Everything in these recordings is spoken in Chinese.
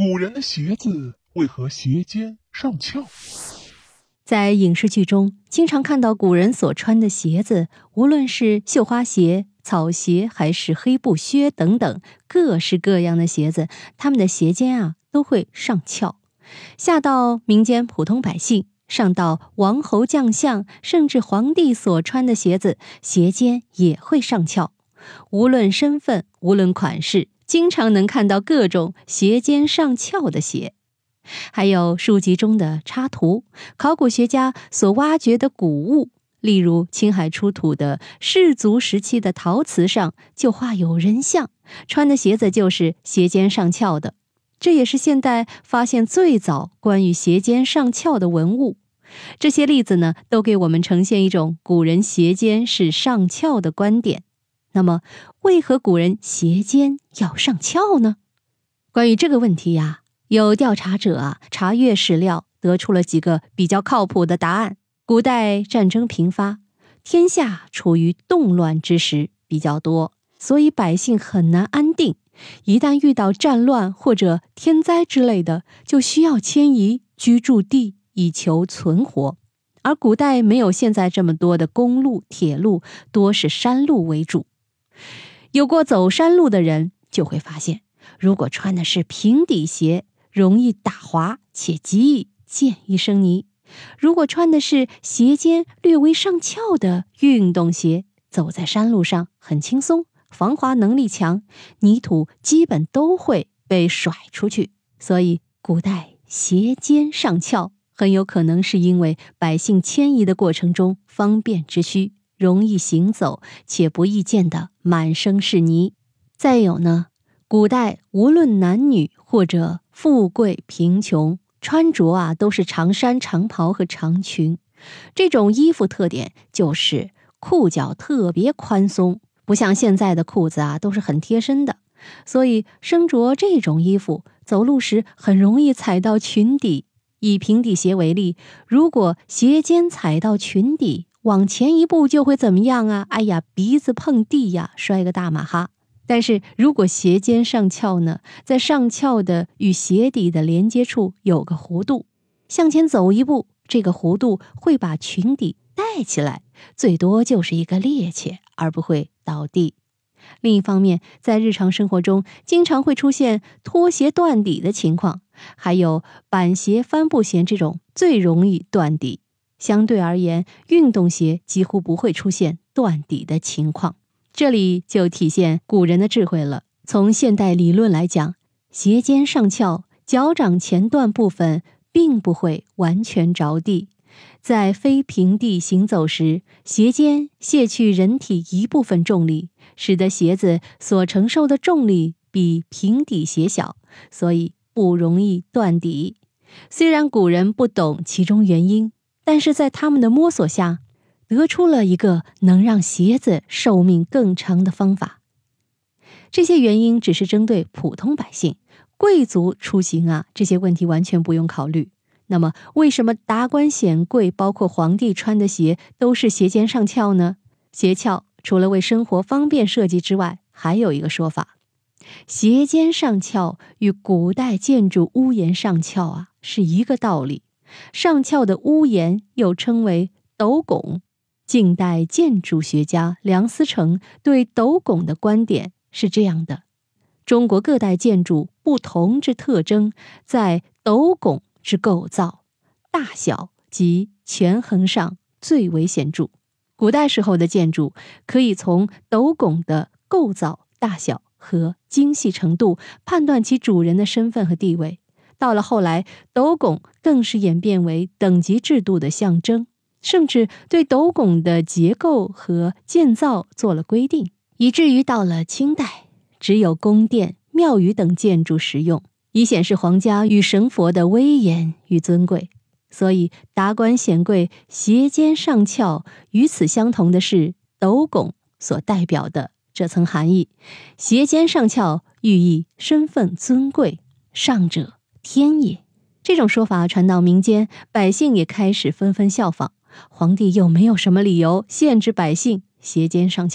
古人的鞋子为何鞋尖上翘？ 在影视剧中，经常看到古人所穿的鞋子，无论是绣花鞋、草鞋还是黑布靴等等，各式各样的鞋子，他们的鞋尖都会上翘。下到民间普通百姓，上到王侯将相，甚至皇帝所穿的鞋子，鞋尖也会上翘。无论身份，无论款式，经常能看到各种鞋尖上翘的鞋。还有书籍中的插图，考古学家所挖掘的古物，例如青海出土的氏族时期的陶瓷上就画有人像，穿的鞋子就是鞋尖上翘的。这也是现代发现最早关于鞋尖上翘的文物。这些例子呢，都给我们呈现一种古人鞋尖是上翘的观点。那么，为何古人鞋尖要上翘呢？关于这个问题有调查者查阅史料，得出了几个比较靠谱的答案。古代战争频发，天下处于动乱之时比较多，所以百姓很难安定。一旦遇到战乱或者天灾之类的，就需要迁移居住地以求存活。而古代没有现在这么多的公路、铁路，多是山路为主。有过走山路的人就会发现，如果穿的是平底鞋，容易打滑且极易溅一身泥。如果穿的是鞋尖略微上翘的运动鞋，走在山路上很轻松，防滑能力强，泥土基本都会被甩出去。所以古代鞋尖上翘很有可能是因为百姓迁移的过程中方便之需，容易行走且不易溅得满身是泥。再有呢，古代无论男女或者富贵贫穷，穿着都是长衫、长袍和长裙。这种衣服特点就是裤脚特别宽松，不像现在的裤子都是很贴身的，所以身着这种衣服走路时很容易踩到裙底。以平底鞋为例，如果鞋尖踩到裙底，往前一步就会怎么样鼻子碰地摔个大马哈。但是如果鞋尖上翘呢，在上翘的与鞋底的连接处有个弧度，向前走一步，这个弧度会把裙底带起来，最多就是一个趔趄，而不会倒地。另一方面，在日常生活中经常会出现拖鞋断底的情况，还有板鞋、帆布鞋这种最容易断底。相对而言，运动鞋几乎不会出现断底的情况。这里就体现古人的智慧了。从现代理论来讲，鞋尖上翘，脚掌前段部分并不会完全着地。在非平地行走时，鞋尖卸去人体一部分重力，使得鞋子所承受的重力比平底鞋小，所以不容易断底。虽然古人不懂其中原因，但是在他们的摸索下，得出了一个能让鞋子寿命更长的方法。这些原因只是针对普通百姓，贵族出行这些问题完全不用考虑。那么为什么达官显贵包括皇帝穿的鞋都是鞋尖上翘呢？鞋翘除了为生活方便设计之外，还有一个说法，鞋尖上翘与古代建筑屋檐上翘是一个道理。上翘的屋檐又称为斗拱。近代建筑学家梁思成对斗拱的观点是这样的：中国各代建筑不同之特征在斗拱之构造、大小及权衡上最为显著。古代时候的建筑可以从斗拱的构造、大小和精细程度判断其主人的身份和地位。到了后来，斗拱更是演变为等级制度的象征，甚至对斗拱的结构和建造做了规定，以至于到了清代，只有宫殿、庙宇等建筑使用，以显示皇家与神佛的威严与尊贵。所以达官显贵鞋尖上翘，与此相同的是斗拱所代表的这层含义。鞋尖上翘寓意身份尊贵，上者天也。这种说法传到民间，百姓也开始纷纷效仿。皇帝又没有什么理由限制百姓鞋尖上翘，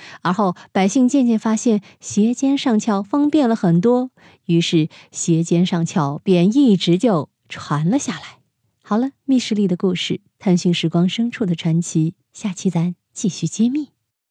而后百姓渐渐发现鞋尖上翘方便了很多，于是鞋尖上翘便一直就传了下来。好了，密室里的故事，探寻时光深处的传奇，下期咱继续揭秘。